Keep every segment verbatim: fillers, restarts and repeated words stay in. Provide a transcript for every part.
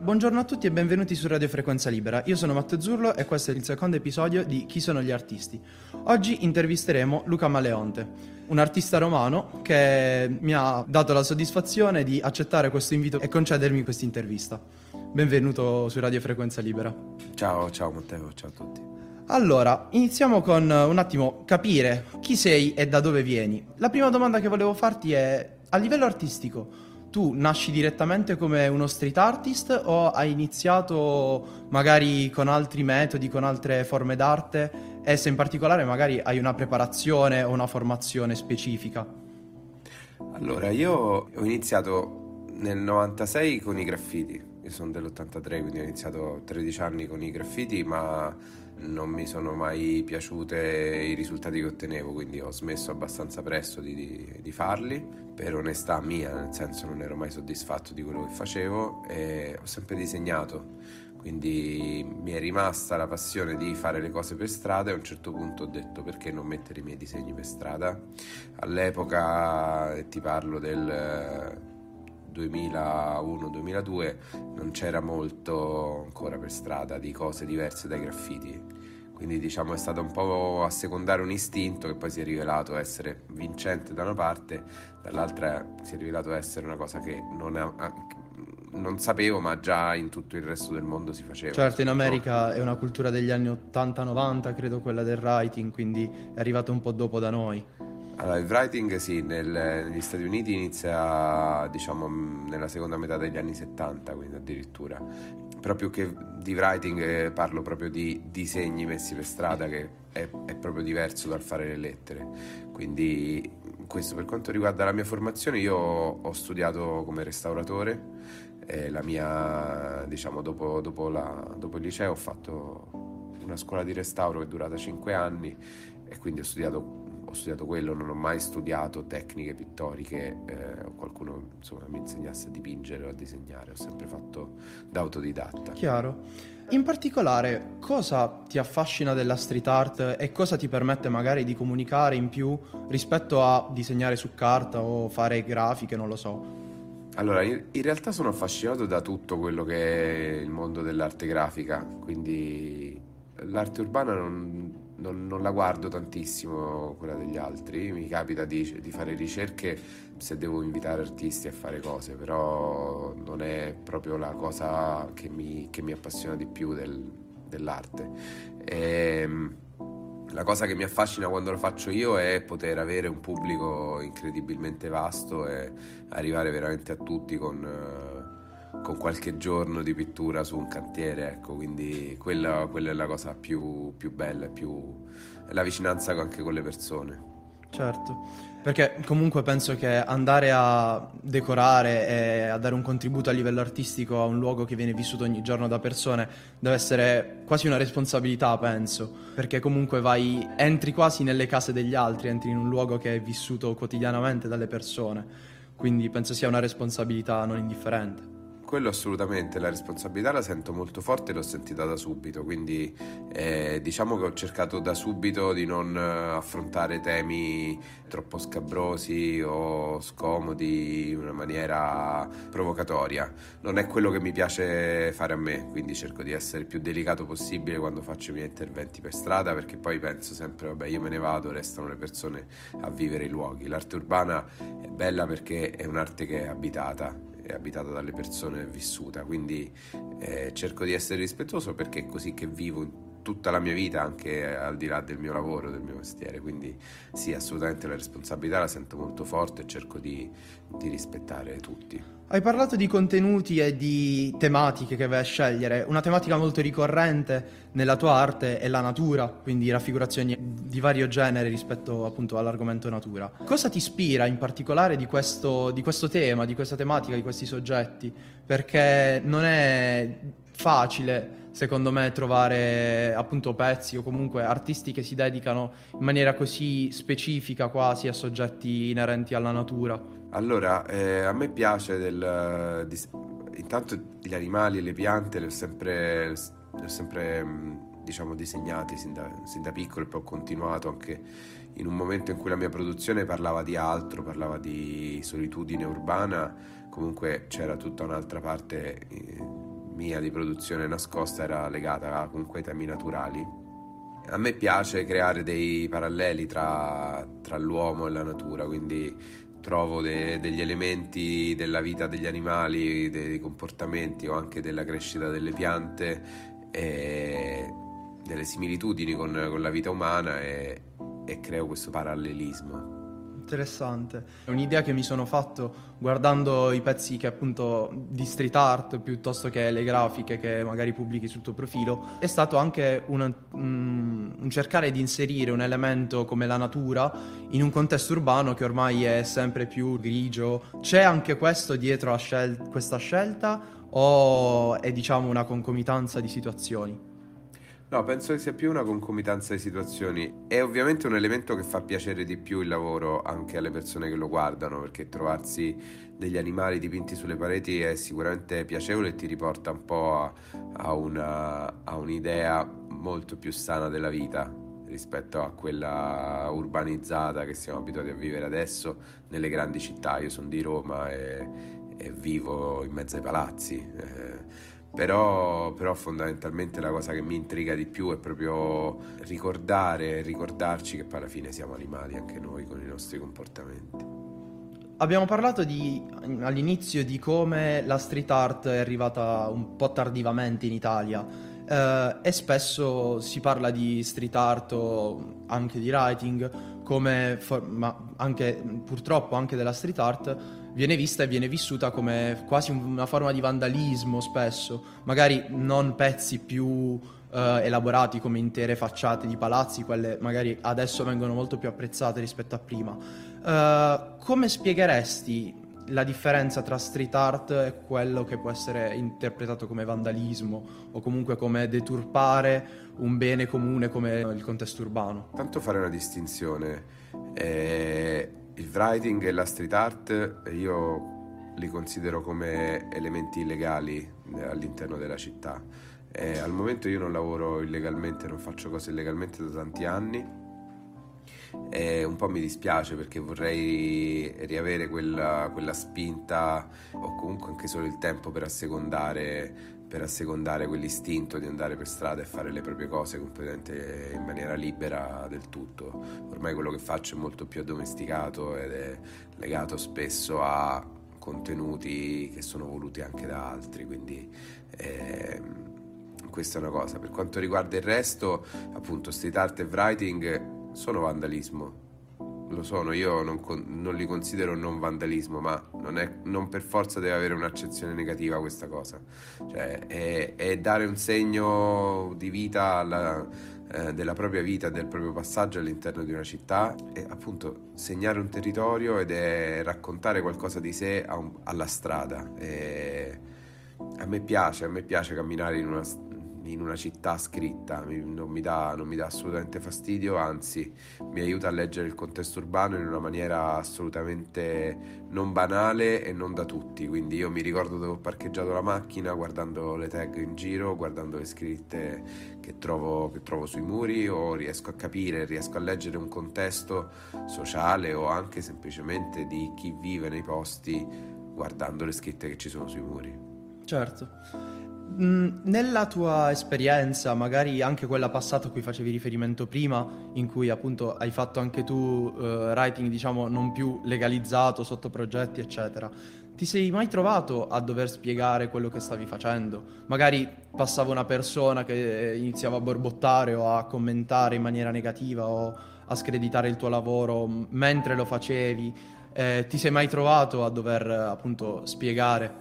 Buongiorno a tutti e benvenuti su Radio Frequenza Libera. Io sono Matteo Zurlo e questo è il secondo episodio di Chi sono gli artisti. Oggi intervisteremo Luca Maleonte, un artista romano che mi ha dato la soddisfazione di accettare questo invito e concedermi questa intervista. Benvenuto su Radio Frequenza Libera. Ciao, ciao Matteo, ciao a tutti. Allora, iniziamo con un attimo capire chi sei e da dove vieni. La prima domanda che volevo farti è, a livello artistico, tu nasci direttamente come uno street artist o hai iniziato magari con altri metodi, con altre forme d'arte e se in particolare magari hai una preparazione o una formazione specifica? Allora, io ho iniziato nel novantasei con i graffiti, io sono dell'ottantatré, quindi ho iniziato a tredici anni con i graffiti, ma non mi sono mai piaciute i risultati che ottenevo, quindi ho smesso abbastanza presto di, di, di farli, per onestà mia, nel senso non ero mai soddisfatto di quello che facevo e ho sempre disegnato, quindi mi è rimasta la passione di fare le cose per strada e a un certo punto ho detto perché non mettere i miei disegni per strada. All'epoca, ti parlo del duemilauno duemiladue, non c'era molto ancora per strada di cose diverse dai graffiti, quindi diciamo è stato un po' a secondare un istinto che poi si è rivelato essere vincente da una parte, dall'altra si è rivelato essere una cosa che non, ha, non sapevo ma già in tutto il resto del mondo si faceva. Certo, in America è una cultura degli anni ottanta novanta, credo, quella del writing, quindi è arrivato un po' dopo da noi. Allora, il writing sì, nel, negli Stati Uniti inizia diciamo nella seconda metà degli anni settanta, quindi addirittura. Però più che di writing eh, parlo proprio di disegni messi per strada, che è, è proprio diverso dal fare le lettere. Quindi questo per quanto riguarda la mia formazione, io ho studiato come restauratore, eh, la mia, diciamo, dopo, dopo, la, dopo il liceo ho fatto una scuola di restauro che è durata cinque anni e quindi ho studiato Ho studiato quello, non ho mai studiato tecniche pittoriche eh, o qualcuno insomma mi insegnasse a dipingere o a disegnare, ho sempre fatto da autodidatta. Chiaro. In particolare, cosa ti affascina della street art e cosa ti permette magari di comunicare in più rispetto a disegnare su carta o fare grafiche, non lo so? Allora, in, in realtà sono affascinato da tutto quello che è il mondo dell'arte grafica, quindi l'arte urbana non... Non, non la guardo tantissimo quella degli altri, mi capita di, di fare ricerche se devo invitare artisti a fare cose, però non è proprio la cosa che mi, che mi appassiona di più del, dell'arte. E, la cosa che mi affascina quando lo faccio io è poter avere un pubblico incredibilmente vasto e arrivare veramente a tutti con... con qualche giorno di pittura su un cantiere, ecco, quindi quella, quella è la cosa più, più bella, più la vicinanza anche con le persone. Certo, perché comunque penso che andare a decorare e a dare un contributo a livello artistico a un luogo che viene vissuto ogni giorno da persone deve essere quasi una responsabilità, penso, perché comunque vai, entri quasi nelle case degli altri, entri in un luogo che è vissuto quotidianamente dalle persone, quindi penso sia una responsabilità non indifferente. Quello assolutamente, la responsabilità la sento molto forte e l'ho sentita da subito, quindi eh, diciamo che ho cercato da subito di non affrontare temi troppo scabrosi o scomodi in una maniera provocatoria. Non è quello che mi piace fare a me, quindi cerco di essere il più delicato possibile quando faccio i miei interventi per strada, perché poi penso sempre, vabbè, io me ne vado, restano le persone a vivere i luoghi. L'arte urbana è bella perché è un'arte che è abitata, è abitata dalle persone, è vissuta, quindi eh, cerco di essere rispettoso perché è così che vivo tutta la mia vita, anche al di là del mio lavoro, del mio mestiere, quindi sì, assolutamente la responsabilità la sento molto forte e cerco di, di rispettare tutti. Hai parlato di contenuti e di tematiche che vai a scegliere. Una tematica molto ricorrente nella tua arte è la natura, quindi raffigurazioni di vario genere rispetto appunto all'argomento natura. Cosa ti ispira in particolare di questo, di questo tema, di questa tematica, di questi soggetti? Perché non è facile, secondo me, trovare appunto pezzi o comunque artisti che si dedicano in maniera così specifica quasi a soggetti inerenti alla natura. Allora, eh, a me piace del, di, intanto gli animali e le piante le ho sempre, le ho sempre diciamo disegnati sin da, sin da piccolo e poi ho continuato anche in un momento in cui la mia produzione parlava di altro, parlava di solitudine urbana, comunque c'era tutta un'altra parte mia di produzione nascosta era legata comunque ai temi naturali. A me piace creare dei paralleli tra, tra l'uomo e la natura, quindi trovo de, degli elementi della vita degli animali, dei comportamenti o anche della crescita delle piante, e delle similitudini con, con la vita umana, e, e creo questo parallelismo. Interessante. È un'idea che mi sono fatto guardando i pezzi che appunto di street art piuttosto che le grafiche che magari pubblichi sul tuo profilo, è stato anche un, un, un cercare di inserire un elemento come la natura in un contesto urbano che ormai è sempre più grigio. C'è anche questo dietro a scel- questa scelta o è diciamo una concomitanza di situazioni? No, penso che sia più una concomitanza di situazioni. È ovviamente un elemento che fa piacere di più il lavoro anche alle persone che lo guardano, perché trovarsi degli animali dipinti sulle pareti è sicuramente piacevole e ti riporta un po' a, a una, a un'idea molto più sana della vita rispetto a quella urbanizzata che siamo abituati a vivere adesso nelle grandi città. Io sono di Roma e, e vivo in mezzo ai palazzi. Eh, Però, però fondamentalmente la cosa che mi intriga di più è proprio ricordare, ricordarci che poi alla fine siamo animali anche noi con i nostri comportamenti. Abbiamo parlato di, all'inizio di come la street art è arrivata un po' tardivamente in Italia, eh, e spesso si parla di street art o anche di writing, come for- ma anche purtroppo anche della street art viene vista e viene vissuta come quasi una forma di vandalismo spesso, magari non pezzi più eh, elaborati come intere facciate di palazzi, quelle magari adesso vengono molto più apprezzate rispetto a prima. Eh, come spiegheresti la differenza tra street art e quello che può essere interpretato come vandalismo o comunque come deturpare un bene comune come il contesto urbano? Tanto fare una distinzione. Eh, il writing e la street art io li considero come elementi illegali all'interno della città. Eh, al momento io non lavoro illegalmente, non faccio cose illegalmente da tanti anni. E un po' mi dispiace perché vorrei riavere quella, quella spinta o comunque anche solo il tempo per assecondare, per assecondare quell'istinto di andare per strada e fare le proprie cose completamente in maniera libera del tutto. Ormai quello che faccio è molto più addomesticato ed è legato spesso a contenuti che sono voluti anche da altri, quindi ehm, questa è una cosa. Per quanto riguarda il resto, appunto street art e writing sono vandalismo, lo sono, io non, con, non li considero non vandalismo, ma non, è, non per forza deve avere un'accezione negativa questa cosa, cioè è, è dare un segno di vita alla, eh, della propria vita, del proprio passaggio all'interno di una città, e appunto segnare un territorio ed è raccontare qualcosa di sé a un, alla strada. E a me piace, a me piace camminare in una in una città scritta, non mi dà, non mi dà assolutamente fastidio, anzi mi aiuta a leggere il contesto urbano in una maniera assolutamente non banale e non da tutti. Quindi io mi ricordo dove ho parcheggiato la macchina guardando le tag in giro, guardando le scritte che trovo, che trovo sui muri, o riesco a capire, riesco a leggere un contesto sociale o anche semplicemente di chi vive nei posti guardando le scritte che ci sono sui muri. Certo. Mm, Nella tua esperienza, magari anche quella passata a cui facevi riferimento prima, in cui appunto hai fatto anche tu eh, writing, diciamo, non più legalizzato, sotto progetti, eccetera, ti sei mai trovato a dover spiegare quello che stavi facendo? Magari passava una persona che iniziava a borbottare o a commentare in maniera negativa o a screditare il tuo lavoro m- mentre lo facevi. Eh, ti sei mai trovato a dover eh, appunto spiegare?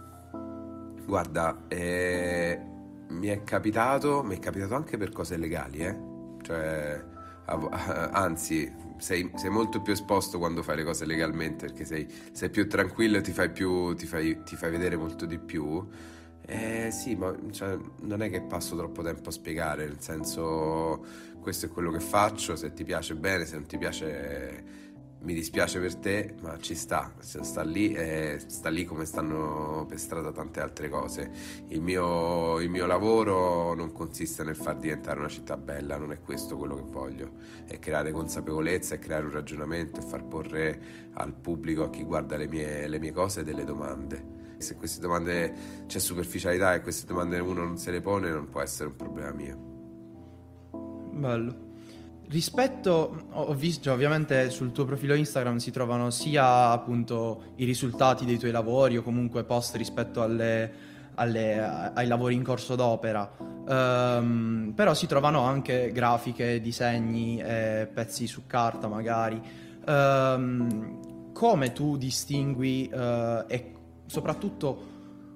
Guarda, eh, mi è capitato, mi è capitato anche per cose legali, eh? Cioè, av- anzi, sei, sei molto più esposto quando fai le cose legalmente, perché sei, sei più tranquillo e ti fai più, ti fai, ti fai vedere molto di più. Eh sì, ma cioè, non è che passo troppo tempo a spiegare, nel senso, questo è quello che faccio, se ti piace bene, se non ti piace mi dispiace per te, ma ci sta, sta lì, e sta lì come stanno per strada tante altre cose. Il mio, il mio lavoro non consiste nel far diventare una città bella, non è questo quello che voglio, è creare consapevolezza, è creare un ragionamento e far porre al pubblico, a chi guarda le mie, le mie cose, delle domande. Se queste domande c'è superficialità e queste domande uno non se le pone, non può essere un problema mio. Bello. Rispetto, ho ho visto, ovviamente sul tuo profilo Instagram si trovano sia appunto i risultati dei tuoi lavori o comunque post rispetto alle, alle- ai lavori in corso d'opera. Ehm, però si trovano anche grafiche, disegni, eh, pezzi su carta magari. Ehm, come tu distingui eh, e soprattutto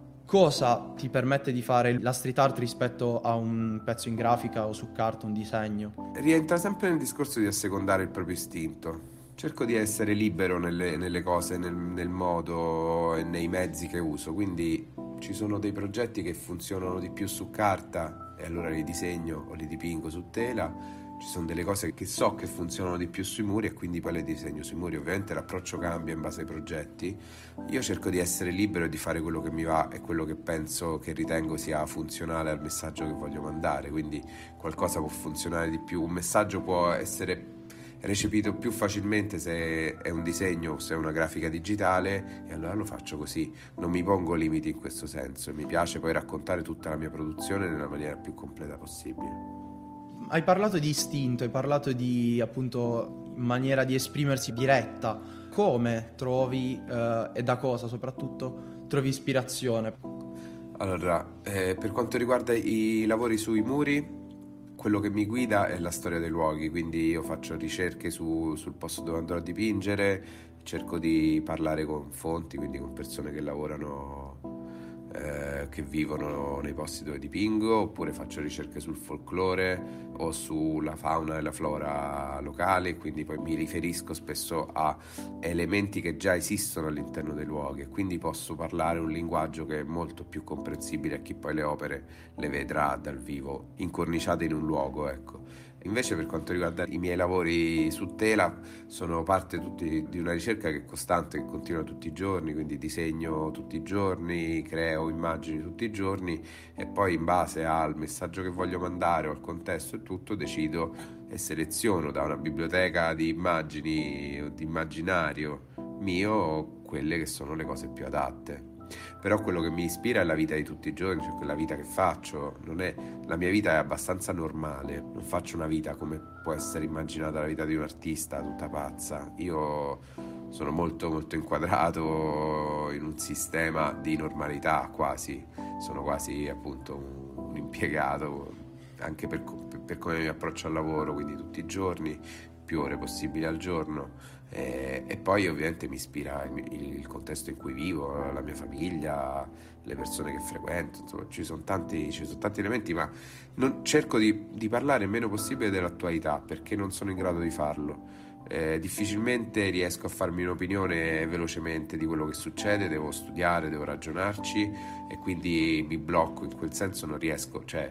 cosa ti permette di fare la street art rispetto a un pezzo in grafica o su carta, un disegno? Rientra sempre nel discorso di assecondare il proprio istinto. Cerco di essere libero nelle, nelle cose, nel, nel modo e nei mezzi che uso, quindi ci sono dei progetti che funzionano di più su carta e allora li disegno o li dipingo su tela. Ci sono delle cose che so che funzionano di più sui muri e quindi poi le disegno sui muri. Ovviamente l'approccio cambia in base ai progetti. Io cerco di essere libero e di fare quello che mi va e quello che penso, che ritengo sia funzionale al messaggio che voglio mandare. Quindi qualcosa può funzionare di più, un messaggio può essere recepito più facilmente se è un disegno o se è una grafica digitale, e allora lo faccio così. Non mi pongo limiti in questo senso. Mi piace poi raccontare tutta la mia produzione nella maniera più completa possibile. Hai parlato di istinto, hai parlato di appunto maniera di esprimersi diretta. Come trovi eh, e da cosa soprattutto trovi ispirazione? Allora, eh, per quanto riguarda i lavori sui muri, quello che mi guida è la storia dei luoghi, quindi io faccio ricerche su- sul posto dove andrò a dipingere, cerco di parlare con fonti, quindi con persone che lavorano, eh, che vivono nei posti dove dipingo, oppure faccio ricerche sul folklore o sulla fauna e la flora locale, quindi poi mi riferisco spesso a elementi che già esistono all'interno dei luoghi e quindi posso parlare un linguaggio che è molto più comprensibile a chi poi le opere le vedrà dal vivo, incorniciate in un luogo, ecco. Invece per quanto riguarda i miei lavori su tela, sono parte tutti di una ricerca che è costante, che continua tutti i giorni, quindi disegno tutti i giorni, creo immagini tutti i giorni e poi in base al messaggio che voglio mandare o al contesto e tutto decido e seleziono da una biblioteca di immagini o di immaginario mio quelle che sono le cose più adatte. Però quello che mi ispira è la vita di tutti i giorni, cioè quella vita che faccio. Non è, la mia vita è abbastanza normale, non faccio una vita come può essere immaginata la vita di un artista tutta pazza. Io sono molto molto inquadrato in un sistema di normalità quasi, sono quasi appunto un, un impiegato anche per, per come mi approccio al lavoro, quindi tutti i giorni, più ore possibili al giorno. E, e poi ovviamente mi ispira il, il contesto in cui vivo, la mia famiglia, le persone che frequento, insomma ci sono tanti, ci sono tanti elementi, ma non, cerco di, di parlare il meno possibile dell'attualità perché non sono in grado di farlo. Eh, difficilmente riesco a farmi un'opinione velocemente di quello che succede, devo studiare, devo ragionarci e quindi mi blocco, in quel senso non riesco, cioè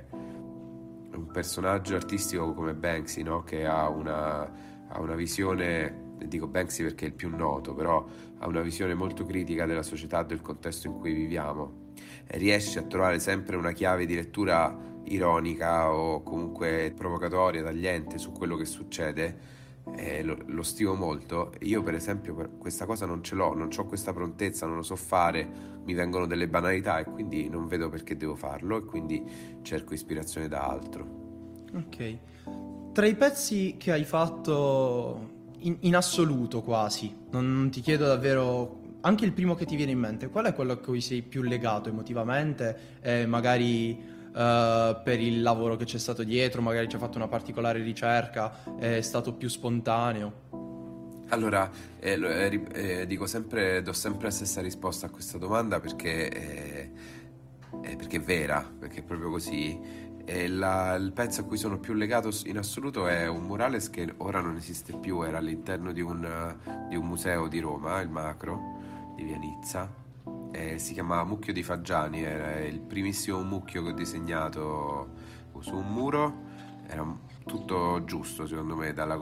un personaggio artistico come Banksy, no? Che ha una, ha una visione, dico Banksy perché è il più noto, però ha una visione molto critica della società, del contesto in cui viviamo e riesce a trovare sempre una chiave di lettura ironica o comunque provocatoria, tagliente su quello che succede. Eh, lo, lo stimo molto. Io per esempio per questa cosa non ce l'ho, non ho questa prontezza, non lo so fare, mi vengono delle banalità e quindi non vedo perché devo farlo e quindi cerco ispirazione da altro. Ok. Tra i pezzi che hai fatto in, in assoluto quasi, non, non ti chiedo davvero, anche il primo che ti viene in mente, qual è quello a cui sei più legato emotivamente e magari eh, per il lavoro che c'è stato dietro, magari ci hai fatto una particolare ricerca, è stato più spontaneo? Allora, eh, lo- eh, ri- eh, dico sempre, do sempre la stessa risposta a questa domanda perché, eh, eh, perché è vera, perché è proprio così. E la- il pezzo a cui sono più legato s- in assoluto è un murales che ora non esiste più, era all'interno di un, eh, di un museo di Roma, il Macro di Via Nizza. Eh, si chiamava Mucchio di Faggiani, era il primissimo mucchio che ho disegnato su un muro. Era tutto giusto secondo me, dalla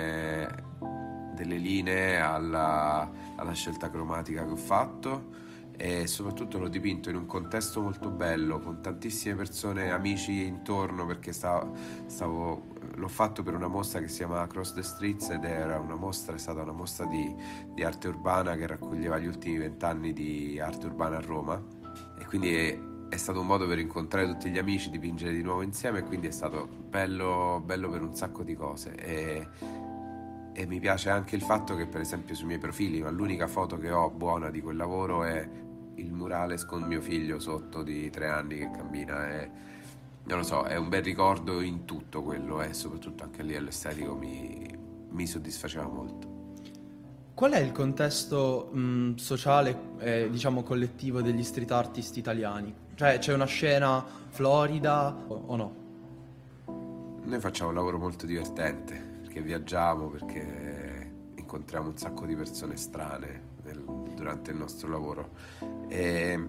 composizione delle linee alla, alla scelta cromatica che ho fatto e soprattutto l'ho dipinto in un contesto molto bello, con tantissime persone, amici intorno, perché stavo, stavo- l'ho fatto per una mostra che si chiama Across the Streets, ed era una mostra, è stata una mostra di, di arte urbana che raccoglieva gli ultimi vent'anni di arte urbana a Roma, e quindi è, è stato un modo per incontrare tutti gli amici, dipingere di nuovo insieme, e quindi è stato bello, bello per un sacco di cose. E, e mi piace anche il fatto che, per esempio, sui miei profili, ma l'unica foto che ho buona di quel lavoro è il murales con mio figlio sotto di tre anni che cammina. E non lo so, è un bel ricordo in tutto quello, e soprattutto anche a livello estetico mi, mi soddisfaceva molto. Qual è il contesto mh, sociale, eh, diciamo collettivo degli street artist italiani? Cioè c'è una scena florida o, o no? Noi facciamo un lavoro molto divertente, perché viaggiamo, perché incontriamo un sacco di persone strane nel- durante il nostro lavoro. E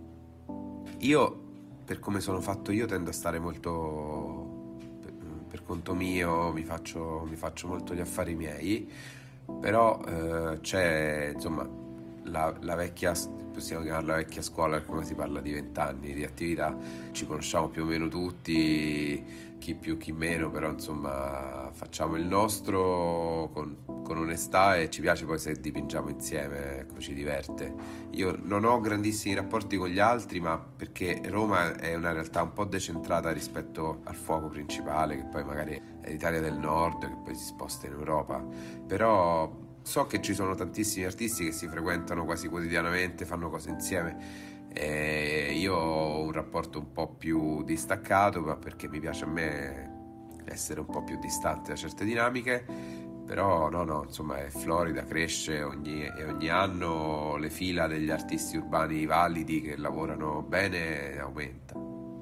io, per come sono fatto io, tendo a stare molto per, per conto mio, mi faccio, mi faccio molto gli affari miei, però eh, c'è, insomma, la, la vecchia, possiamo chiamarla vecchia scuola, come si parla di vent'anni di attività, ci conosciamo più o meno tutti, chi più chi meno, però insomma facciamo il nostro con, con onestà, e ci piace poi se dipingiamo insieme, ecco, ci diverte. Io non ho grandissimi rapporti con gli altri, ma perché Roma è una realtà un po' decentrata rispetto al fuoco principale, che poi magari è l'Italia del Nord, che poi si sposta in Europa. Però so che ci sono tantissimi artisti che si frequentano quasi quotidianamente, fanno cose insieme. E io ho un rapporto un po' più distaccato, ma perché mi piace a me essere un po' più distante da certe dinamiche. Però no, no, insomma, è Florida, cresce ogni, e ogni anno le fila degli artisti urbani validi che lavorano bene aumenta.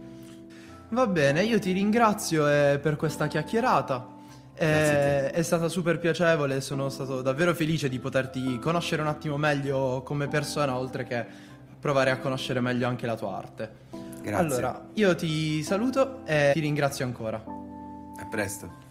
Va bene, io ti ringrazio eh, per questa chiacchierata. Grazie a te. Eh, è stata super piacevole, sono stato davvero felice di poterti conoscere un attimo meglio come persona, oltre che provare a conoscere meglio anche la tua arte. Grazie. Allora, io ti saluto e ti ringrazio ancora. A presto.